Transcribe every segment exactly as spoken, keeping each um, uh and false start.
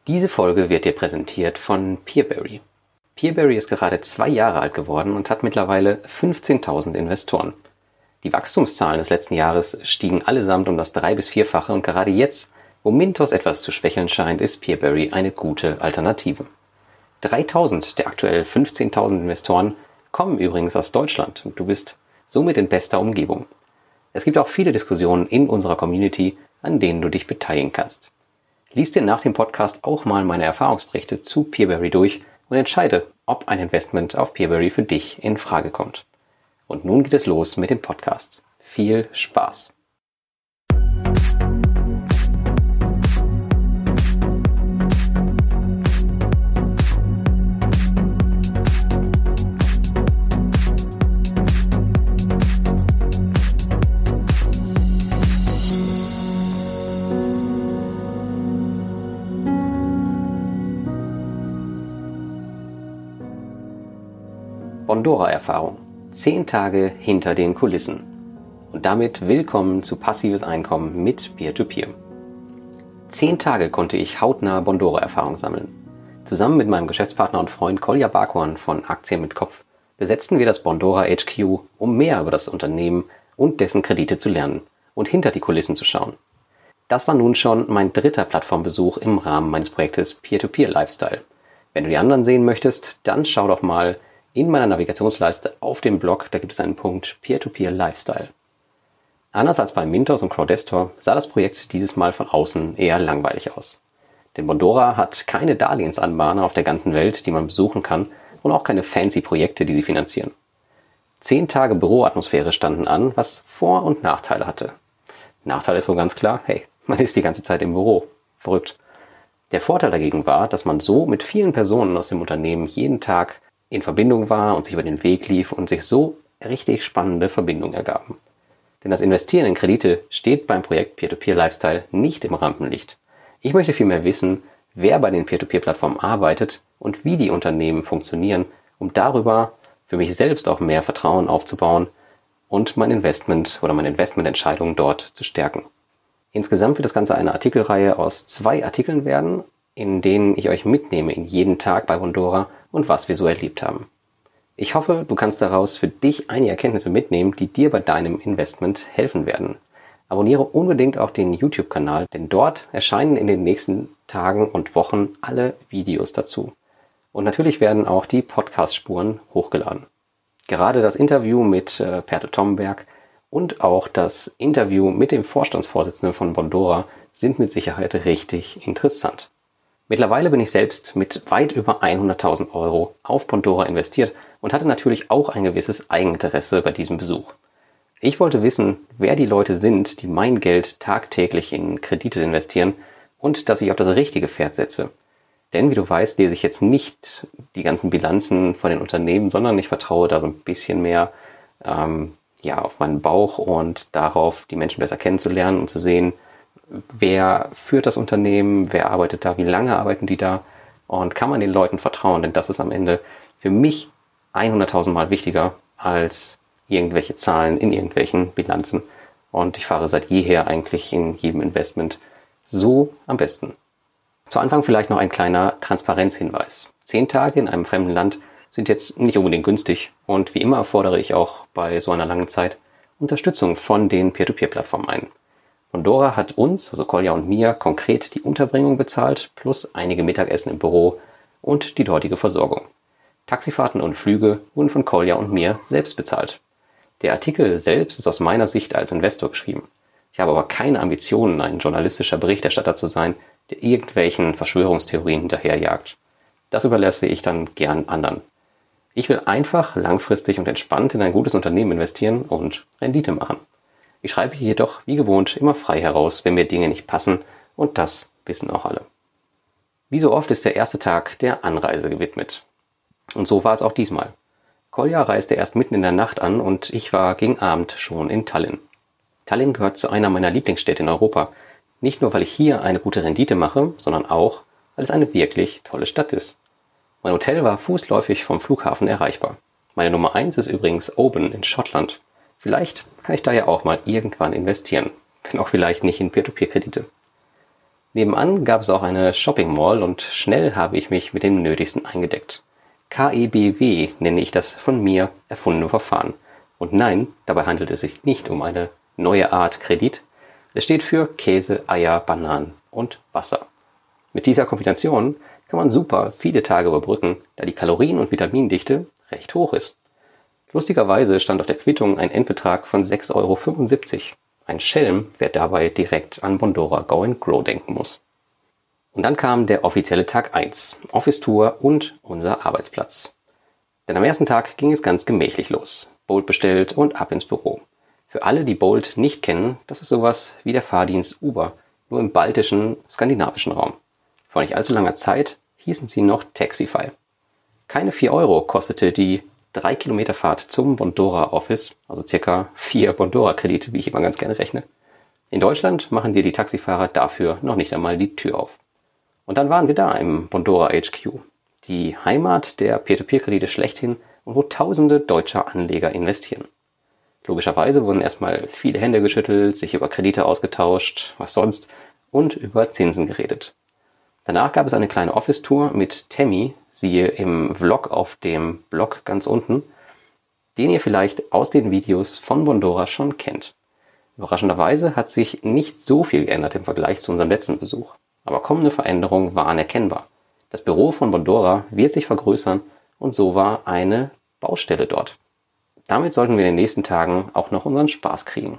Diese Folge wird dir präsentiert von Peerberry. Peerberry ist gerade zwei Jahre alt geworden und hat mittlerweile fünfzehntausend Investoren. Die Wachstumszahlen des letzten Jahres stiegen allesamt um das drei- bis vierfache und gerade jetzt, wo Mintos etwas zu schwächeln scheint, ist Peerberry eine gute Alternative. dreitausend der aktuell fünfzehntausend Investoren kommen übrigens aus Deutschland und du bist somit in bester Umgebung. Es gibt auch viele Diskussionen in unserer Community, an denen du dich beteiligen kannst. Lies dir nach dem Podcast auch mal meine Erfahrungsberichte zu Peerberry durch und entscheide, ob ein Investment auf Peerberry für dich in Frage kommt. Und nun geht es los mit dem Podcast. Viel Spaß! Bondora-Erfahrung. Zehn Tage hinter den Kulissen. Und damit willkommen zu Passives Einkommen mit Peer-to-Peer. Zehn Tage konnte ich hautnah Bondora-Erfahrung sammeln. Zusammen mit meinem Geschäftspartner und Freund Kolja Bhagwan von Aktien mit Kopf besetzten wir das Bondora H Q, um mehr über das Unternehmen und dessen Kredite zu lernen und hinter die Kulissen zu schauen. Das war nun schon mein dritter Plattformbesuch im Rahmen meines Projektes Peer-to-Peer Lifestyle. Wenn du die anderen sehen möchtest, dann schau doch mal in meiner Navigationsleiste auf dem Blog, da gibt es einen Punkt Peer-to-Peer Lifestyle. Anders als bei Mintos und Crowdestor sah das Projekt dieses Mal von außen eher langweilig aus. Denn Bondora hat keine Darlehensanbahner auf der ganzen Welt, die man besuchen kann und auch keine fancy Projekte, die sie finanzieren. Zehn Tage Büroatmosphäre standen an, was Vor- und Nachteile hatte. Nachteil ist wohl ganz klar, hey, man ist die ganze Zeit im Büro. Verrückt. Der Vorteil dagegen war, dass man so mit vielen Personen aus dem Unternehmen jeden Tag in Verbindung war und sich über den Weg lief und sich so richtig spannende Verbindungen ergaben. Denn das Investieren in Kredite steht beim Projekt Peer-to-Peer Lifestyle nicht im Rampenlicht. Ich möchte vielmehr wissen, wer bei den Peer-to-Peer-Plattformen arbeitet und wie die Unternehmen funktionieren, um darüber für mich selbst auch mehr Vertrauen aufzubauen und mein Investment oder meine Investmententscheidungen dort zu stärken. Insgesamt wird das Ganze eine Artikelreihe aus zwei Artikeln werden, in denen ich euch mitnehme in jeden Tag bei Bondora und was wir so erlebt haben. Ich hoffe, du kannst daraus für dich einige Erkenntnisse mitnehmen, die dir bei deinem Investment helfen werden. Abonniere unbedingt auch den YouTube-Kanal, denn dort erscheinen in den nächsten Tagen und Wochen alle Videos dazu. Und natürlich werden auch die Podcast-Spuren hochgeladen. Gerade das Interview mit äh, Perte Tomberg und auch das Interview mit dem Vorstandsvorsitzenden von Bondora sind mit Sicherheit richtig interessant. Mittlerweile bin ich selbst mit weit über hunderttausend Euro auf Bondora investiert und hatte natürlich auch ein gewisses Eigeninteresse bei diesem Besuch. Ich wollte wissen, wer die Leute sind, die mein Geld tagtäglich in Kredite investieren und dass ich auf das richtige Pferd setze. Denn wie du weißt, lese ich jetzt nicht die ganzen Bilanzen von den Unternehmen, sondern ich vertraue da so ein bisschen mehr ähm, ja, auf meinen Bauch und darauf, die Menschen besser kennenzulernen und zu sehen, wer führt das Unternehmen, wer arbeitet da, wie lange arbeiten die da und kann man den Leuten vertrauen, denn das ist am Ende für mich hunderttausend Mal wichtiger als irgendwelche Zahlen in irgendwelchen Bilanzen und ich fahre seit jeher eigentlich in jedem Investment so am besten. Zu Anfang vielleicht noch ein kleiner Transparenzhinweis. Zehn Tage in einem fremden Land sind jetzt nicht unbedingt günstig und wie immer fordere ich auch bei so einer langen Zeit Unterstützung von den Peer-to-Peer-Plattformen ein. Bondora hat uns, also Kolja und mir, konkret die Unterbringung bezahlt, plus einige Mittagessen im Büro und die dortige Versorgung. Taxifahrten und Flüge wurden von Kolja und mir selbst bezahlt. Der Artikel selbst ist aus meiner Sicht als Investor geschrieben. Ich habe aber keine Ambitionen, ein journalistischer Berichterstatter zu sein, der irgendwelchen Verschwörungstheorien hinterherjagt. Das überlasse ich dann gern anderen. Ich will einfach langfristig und entspannt in ein gutes Unternehmen investieren und Rendite machen. Ich schreibe hier jedoch, wie gewohnt, immer frei heraus, wenn mir Dinge nicht passen und das wissen auch alle. Wie so oft ist der erste Tag der Anreise gewidmet. Und so war es auch diesmal. Kolja reiste erst mitten in der Nacht an und ich war gegen Abend schon in Tallinn. Tallinn gehört zu einer meiner Lieblingsstädte in Europa. Nicht nur, weil ich hier eine gute Rendite mache, sondern auch, weil es eine wirklich tolle Stadt ist. Mein Hotel war fußläufig vom Flughafen erreichbar. Meine Nummer eins ist übrigens Oban in Schottland. Vielleicht kann ich da ja auch mal irgendwann investieren, wenn auch vielleicht nicht in Peer-to-Peer-Kredite. Nebenan gab es auch eine Shopping Mall und schnell habe ich mich mit dem Nötigsten eingedeckt. K E B W nenne ich das von mir erfundene Verfahren. Und nein, dabei handelt es sich nicht um eine neue Art Kredit. Es steht für Käse, Eier, Bananen und Wasser. Mit dieser Kombination kann man super viele Tage überbrücken, da die Kalorien- und Vitamindichte recht hoch ist. Lustigerweise stand auf der Quittung ein Endbetrag von sechs Euro fünfundsiebzig. Ein Schelm, wer dabei direkt an Bondora Go and Grow denken muss. Und dann kam der offizielle Tag eins, Office-Tour und unser Arbeitsplatz. Denn am ersten Tag ging es ganz gemächlich los. Bolt bestellt und ab ins Büro. Für alle, die Bolt nicht kennen, das ist sowas wie der Fahrdienst Uber, nur im baltischen, skandinavischen Raum. Vor nicht allzu langer Zeit hießen sie noch Taxify. Keine vier Euro kostete die drei Kilometer Fahrt zum Bondora Office, also circa vier Bondora-Kredite, wie ich immer ganz gerne rechne. In Deutschland machen dir die Taxifahrer dafür noch nicht einmal die Tür auf. Und dann waren wir da im Bondora H Q, die Heimat der Peer-to-Peer-Kredite schlechthin und wo tausende deutscher Anleger investieren. Logischerweise wurden erstmal viele Hände geschüttelt, sich über Kredite ausgetauscht, was sonst, und über Zinsen geredet. Danach gab es eine kleine Office-Tour mit Tammy, siehe im Vlog auf dem Blog ganz unten, den ihr vielleicht aus den Videos von Bondora schon kennt. Überraschenderweise hat sich nicht so viel geändert im Vergleich zu unserem letzten Besuch, aber kommende Veränderungen waren erkennbar. Das Büro von Bondora wird sich vergrößern und so war eine Baustelle dort. Damit sollten wir in den nächsten Tagen auch noch unseren Spaß kriegen.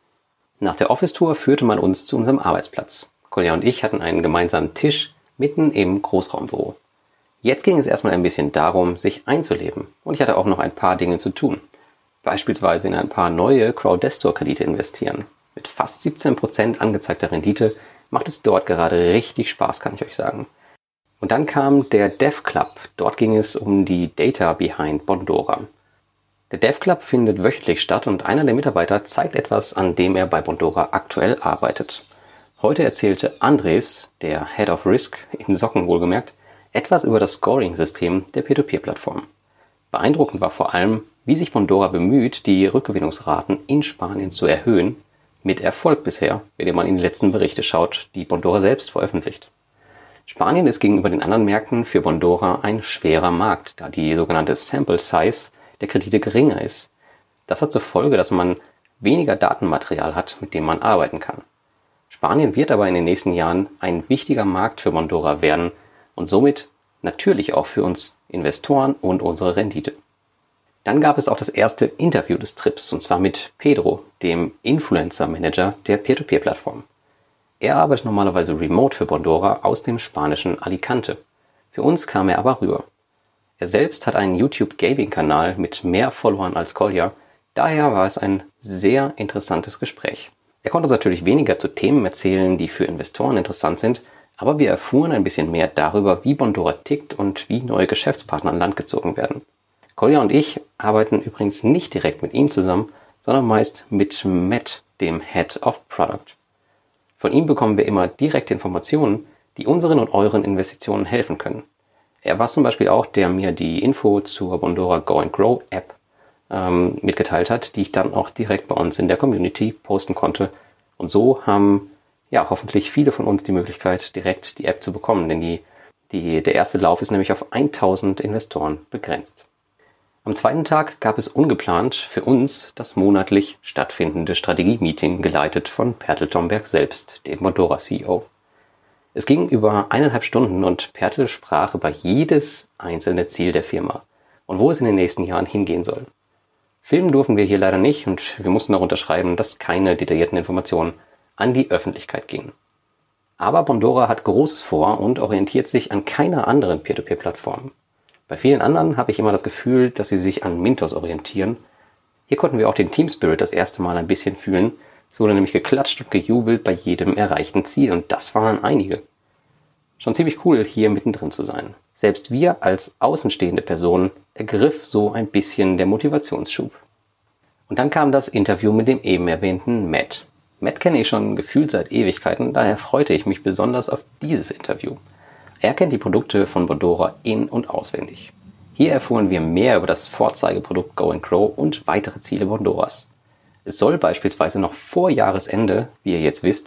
Nach der Office-Tour führte man uns zu unserem Arbeitsplatz. Kolja und ich hatten einen gemeinsamen Tisch mitten im Großraumbüro. Jetzt ging es erstmal ein bisschen darum, sich einzuleben. Und ich hatte auch noch ein paar Dinge zu tun. Beispielsweise in ein paar neue Crowdestor-Kredite investieren. Mit fast siebzehn Prozent angezeigter Rendite macht es dort gerade richtig Spaß, kann ich euch sagen. Und dann kam der Dev Club. Dort ging es um die Data behind Bondora. Der Dev Club findet wöchentlich statt und einer der Mitarbeiter zeigt etwas, an dem er bei Bondora aktuell arbeitet. Heute erzählte Andres, der Head of Risk, in Socken wohlgemerkt, etwas über das Scoring-System der Peer-to-Peer-Plattform. Beeindruckend war vor allem, wie sich Bondora bemüht, die Rückgewinnungsraten in Spanien zu erhöhen, mit Erfolg bisher, wenn ihr mal in die letzten Berichte schaut, die Bondora selbst veröffentlicht. Spanien ist gegenüber den anderen Märkten für Bondora ein schwerer Markt, da die sogenannte Sample Size der Kredite geringer ist. Das hat zur Folge, dass man weniger Datenmaterial hat, mit dem man arbeiten kann. Spanien wird aber in den nächsten Jahren ein wichtiger Markt für Bondora werden und somit natürlich auch für uns Investoren und unsere Rendite. Dann gab es auch das erste Interview des Trips, und zwar mit Pedro, dem Influencer-Manager der Peer-to-Peer-Plattform. Er arbeitet normalerweise remote für Bondora aus dem spanischen Alicante. Für uns kam er aber rüber. Er selbst hat einen YouTube-Gaming-Kanal mit mehr Followern als Kolja, daher war es ein sehr interessantes Gespräch. Er konnte uns natürlich weniger zu Themen erzählen, die für Investoren interessant sind, aber wir erfuhren ein bisschen mehr darüber, wie Bondora tickt und wie neue Geschäftspartner an Land gezogen werden. Kolja und ich arbeiten übrigens nicht direkt mit ihm zusammen, sondern meist mit Matt, dem Head of Product. Von ihm bekommen wir immer direkte Informationen, die unseren und euren Investitionen helfen können. Er war zum Beispiel auch, der mir die Info zur Bondora Go and Grow App ähm, mitgeteilt hat, die ich dann auch direkt bei uns in der Community posten konnte. Und so haben ja hoffentlich viele von uns die Möglichkeit, direkt die App zu bekommen, denn die, die, der erste Lauf ist nämlich auf tausend Investoren begrenzt. Am zweiten Tag gab es ungeplant für uns das monatlich stattfindende Strategie-Meeting, geleitet von Pertl Tomberg selbst, dem Bondora C E O. Es ging über eineinhalb Stunden und Pertl sprach über jedes einzelne Ziel der Firma und wo es in den nächsten Jahren hingehen soll. Filmen durften wir hier leider nicht und wir mussten auch unterschreiben, dass keine detaillierten Informationen an die Öffentlichkeit gingen. Aber Bondora hat Großes vor und orientiert sich an keiner anderen Peer-to-Peer-Plattform. Bei vielen anderen habe ich immer das Gefühl, dass sie sich an Mintos orientieren. Hier konnten wir auch den Team Spirit das erste Mal ein bisschen fühlen. Es wurde nämlich geklatscht und gejubelt bei jedem erreichten Ziel und das waren einige. Schon ziemlich cool, hier mittendrin zu sein. Selbst wir als außenstehende Personen ergriff so ein bisschen der Motivationsschub. Und dann kam das Interview mit dem eben erwähnten Matt. Matt kenne ich schon gefühlt seit Ewigkeiten, daher freute ich mich besonders auf dieses Interview. Er kennt die Produkte von Bondora in- und auswendig. Hier erfuhren wir mehr über das Vorzeigeprodukt Go and Grow und weitere Ziele Bondoras. Es soll beispielsweise noch vor Jahresende, wie ihr jetzt wisst,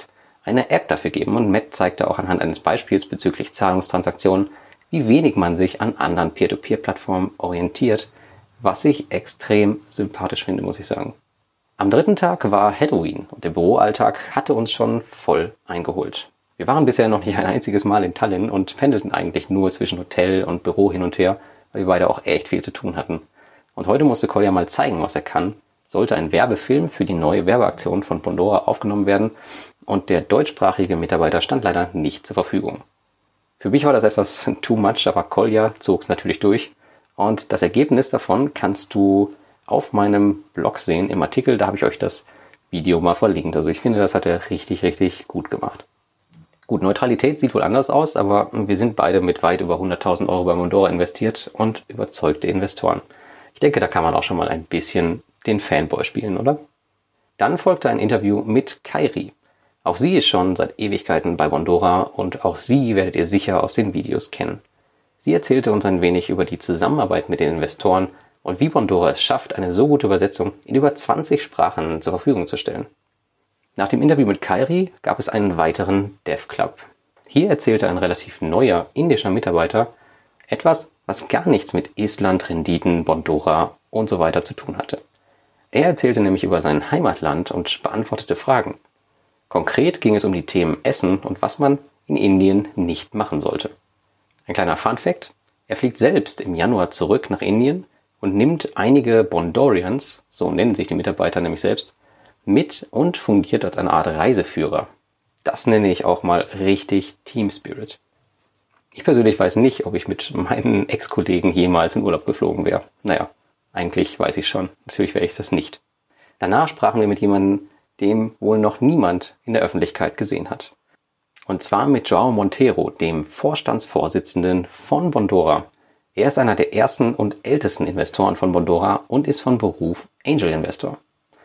eine App dafür geben und Matt zeigte auch anhand eines Beispiels bezüglich Zahlungstransaktionen, wie wenig man sich an anderen Peer-to-Peer-Plattformen orientiert, was ich extrem sympathisch finde, muss ich sagen. Am dritten Tag war Halloween und der Büroalltag hatte uns schon voll eingeholt. Wir waren bisher noch nicht ein einziges Mal in Tallinn und pendelten eigentlich nur zwischen Hotel und Büro hin und her, weil wir beide auch echt viel zu tun hatten. Und heute musste Kolja mal zeigen, was er kann. Sollte ein Werbefilm für die neue Werbeaktion von Bondora aufgenommen werden und der deutschsprachige Mitarbeiter stand leider nicht zur Verfügung. Für mich war das etwas too much, aber Kolja zog es natürlich durch und das Ergebnis davon kannst du auf meinem Blog sehen, im Artikel, da habe ich euch das Video mal verlinkt. Also ich finde, das hat er richtig, richtig gut gemacht. Gut, Neutralität sieht wohl anders aus, aber wir sind beide mit weit über hunderttausend Euro bei Bondora investiert und überzeugte Investoren. Ich denke, da kann man auch schon mal ein bisschen den Fanboy spielen, oder? Dann folgte ein Interview mit Kairi. Auch sie ist schon seit Ewigkeiten bei Bondora und auch sie werdet ihr sicher aus den Videos kennen. Sie erzählte uns ein wenig über die Zusammenarbeit mit den Investoren und wie Bondora es schafft, eine so gute Übersetzung in über zwanzig Sprachen zur Verfügung zu stellen. Nach dem Interview mit Kairi gab es einen weiteren Dev Club. Hier erzählte ein relativ neuer indischer Mitarbeiter etwas, was gar nichts mit Estland, Renditen, Bondora und so weiter zu tun hatte. Er erzählte nämlich über sein Heimatland und beantwortete Fragen. Konkret ging es um die Themen Essen und was man in Indien nicht machen sollte. Ein kleiner Funfact: Er fliegt selbst im Januar zurück nach Indien und nimmt einige Bondorians, so nennen sich die Mitarbeiter nämlich selbst, mit und fungiert als eine Art Reiseführer. Das nenne ich auch mal richtig Team Spirit. Ich persönlich weiß nicht, ob ich mit meinen Ex-Kollegen jemals in Urlaub geflogen wäre. Naja, eigentlich weiß ich schon. Natürlich wäre ich das nicht. Danach sprachen wir mit jemandem, dem wohl noch niemand in der Öffentlichkeit gesehen hat. Und zwar mit João Monteiro, dem Vorstandsvorsitzenden von Bondora. Er ist einer der ersten und ältesten Investoren von Bondora und ist von Beruf Angel Investor.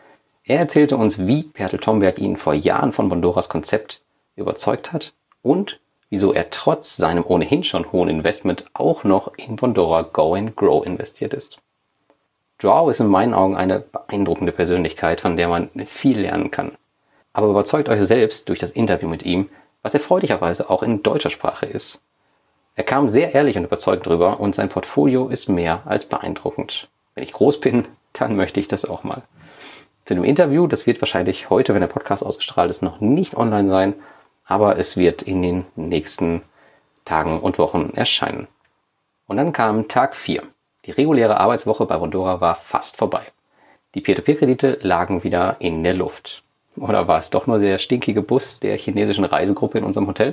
Er erzählte uns, wie Bertel Tomberg ihn vor Jahren von Bondoras Konzept überzeugt hat und wieso er trotz seinem ohnehin schon hohen Investment auch noch in Bondora Go and Grow investiert ist. João ist in meinen Augen eine beeindruckende Persönlichkeit, von der man viel lernen kann. Aber überzeugt euch selbst durch das Interview mit ihm, was erfreulicherweise auch in deutscher Sprache ist. Er kam sehr ehrlich und überzeugend rüber und sein Portfolio ist mehr als beeindruckend. Wenn ich groß bin, dann möchte ich das auch mal. Zu dem Interview, das wird wahrscheinlich heute, wenn der Podcast ausgestrahlt ist, noch nicht online sein, aber es wird in den nächsten Tagen und Wochen erscheinen. Und dann kam Tag vier. Die reguläre Arbeitswoche bei Bondora war fast vorbei. Die Peer-to-Peer-Kredite lagen wieder in der Luft. Oder war es doch nur der stinkige Bus der chinesischen Reisegruppe in unserem Hotel?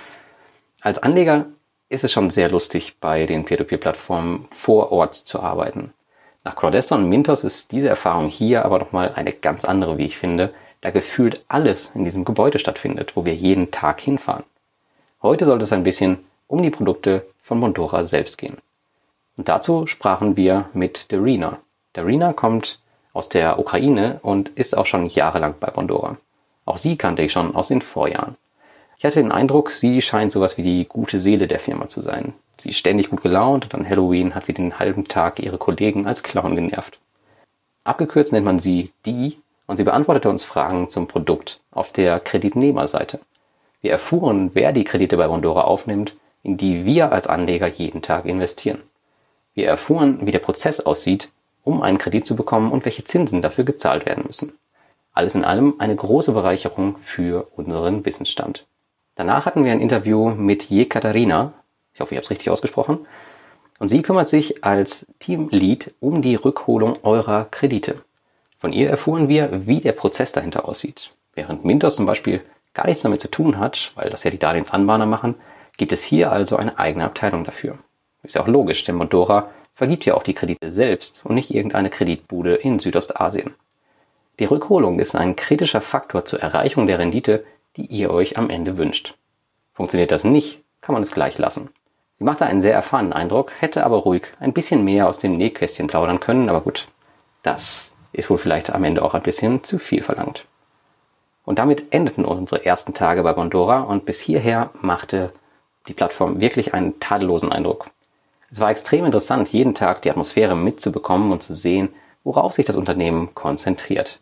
Als Anleger ist es schon sehr lustig, bei den Peer-to-Peer-Plattformen vor Ort zu arbeiten. Nach Crowdestor und Mintos ist diese Erfahrung hier aber nochmal eine ganz andere, wie ich finde, da gefühlt alles in diesem Gebäude stattfindet, wo wir jeden Tag hinfahren. Heute sollte es ein bisschen um die Produkte von Bondora selbst gehen. Und dazu sprachen wir mit Darina. Darina kommt aus der Ukraine und ist auch schon jahrelang bei Bondora. Auch sie kannte ich schon aus den Vorjahren. Ich hatte den Eindruck, sie scheint sowas wie die gute Seele der Firma zu sein. Sie ist ständig gut gelaunt und an Halloween hat sie den halben Tag ihre Kollegen als Clown genervt. Abgekürzt nennt man sie die und sie beantwortete uns Fragen zum Produkt auf der Kreditnehmerseite. Wir erfuhren, wer die Kredite bei Bondora aufnimmt, in die wir als Anleger jeden Tag investieren. Wir erfuhren, wie der Prozess aussieht, um einen Kredit zu bekommen und welche Zinsen dafür gezahlt werden müssen. Alles in allem eine große Bereicherung für unseren Wissensstand. Danach hatten wir ein Interview mit Jekaterina, ich hoffe, ich habe es richtig ausgesprochen, und sie kümmert sich als Teamlead um die Rückholung eurer Kredite. Von ihr erfuhren wir, wie der Prozess dahinter aussieht. Während Mintos zum Beispiel gar nichts damit zu tun hat, weil das ja die Darlehensanbahner machen, gibt es hier also eine eigene Abteilung dafür. Ist ja auch logisch, denn Bondora vergibt ja auch die Kredite selbst und nicht irgendeine Kreditbude in Südostasien. Die Rückholung ist ein kritischer Faktor zur Erreichung der Rendite, die ihr euch am Ende wünscht. Funktioniert das nicht, kann man es gleich lassen. Sie machte einen sehr erfahrenen Eindruck, hätte aber ruhig ein bisschen mehr aus dem Nähkästchen plaudern können, aber gut, das ist wohl vielleicht am Ende auch ein bisschen zu viel verlangt. Und damit endeten unsere ersten Tage bei Bondora und bis hierher machte die Plattform wirklich einen tadellosen Eindruck. Es war extrem interessant, jeden Tag die Atmosphäre mitzubekommen und zu sehen, worauf sich das Unternehmen konzentriert.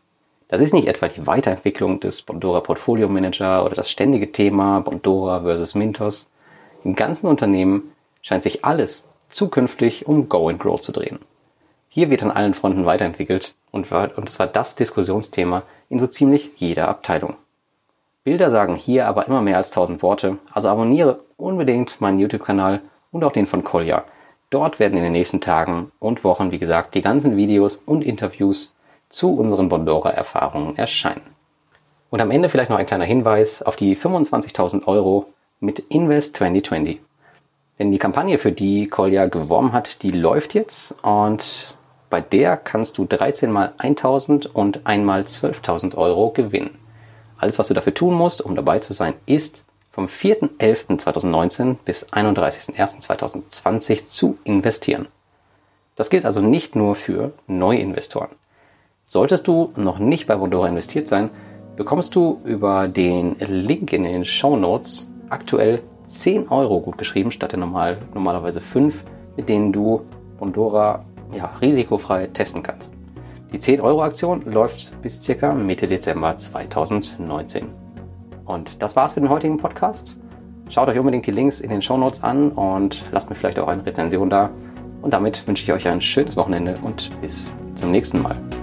Das ist nicht etwa die Weiterentwicklung des Bondora Portfolio Manager oder das ständige Thema Bondora versus Mintos. Im ganzen Unternehmen scheint sich alles zukünftig um Go and Grow zu drehen. Hier wird an allen Fronten weiterentwickelt und, war, und es war das Diskussionsthema in so ziemlich jeder Abteilung. Bilder sagen hier aber immer mehr als tausend Worte, also abonniere unbedingt meinen YouTube-Kanal und auch den von Kolja. Dort werden in den nächsten Tagen und Wochen, wie gesagt, die ganzen Videos und Interviews zu unseren Bondora-Erfahrungen erscheinen. Und am Ende vielleicht noch ein kleiner Hinweis auf die fünfundzwanzigtausend Euro mit Invest zwanzig zwanzig. Denn die Kampagne, für die Kolja geworben hat, die läuft jetzt und bei der kannst du dreizehn mal eintausend und einmal zwölftausend Euro gewinnen. Alles, was du dafür tun musst, um dabei zu sein, ist vom vierten elften zweitausendneunzehn bis einunddreißigsten ersten zweitausendzwanzig zu investieren. Das gilt also nicht nur für Neuinvestoren. Solltest du noch nicht bei Bondora investiert sein, bekommst du über den Link in den Shownotes aktuell zehn Euro gut geschrieben, statt der normal, normalerweise fünf, mit denen du Bondora ja, risikofrei testen kannst. Die zehn Euro Aktion läuft bis circa Mitte Dezember zweitausendneunzehn. Und das war's für den heutigen Podcast. Schaut euch unbedingt die Links in den Shownotes an und lasst mir vielleicht auch eine Rezension da. Und damit wünsche ich euch ein schönes Wochenende und bis zum nächsten Mal.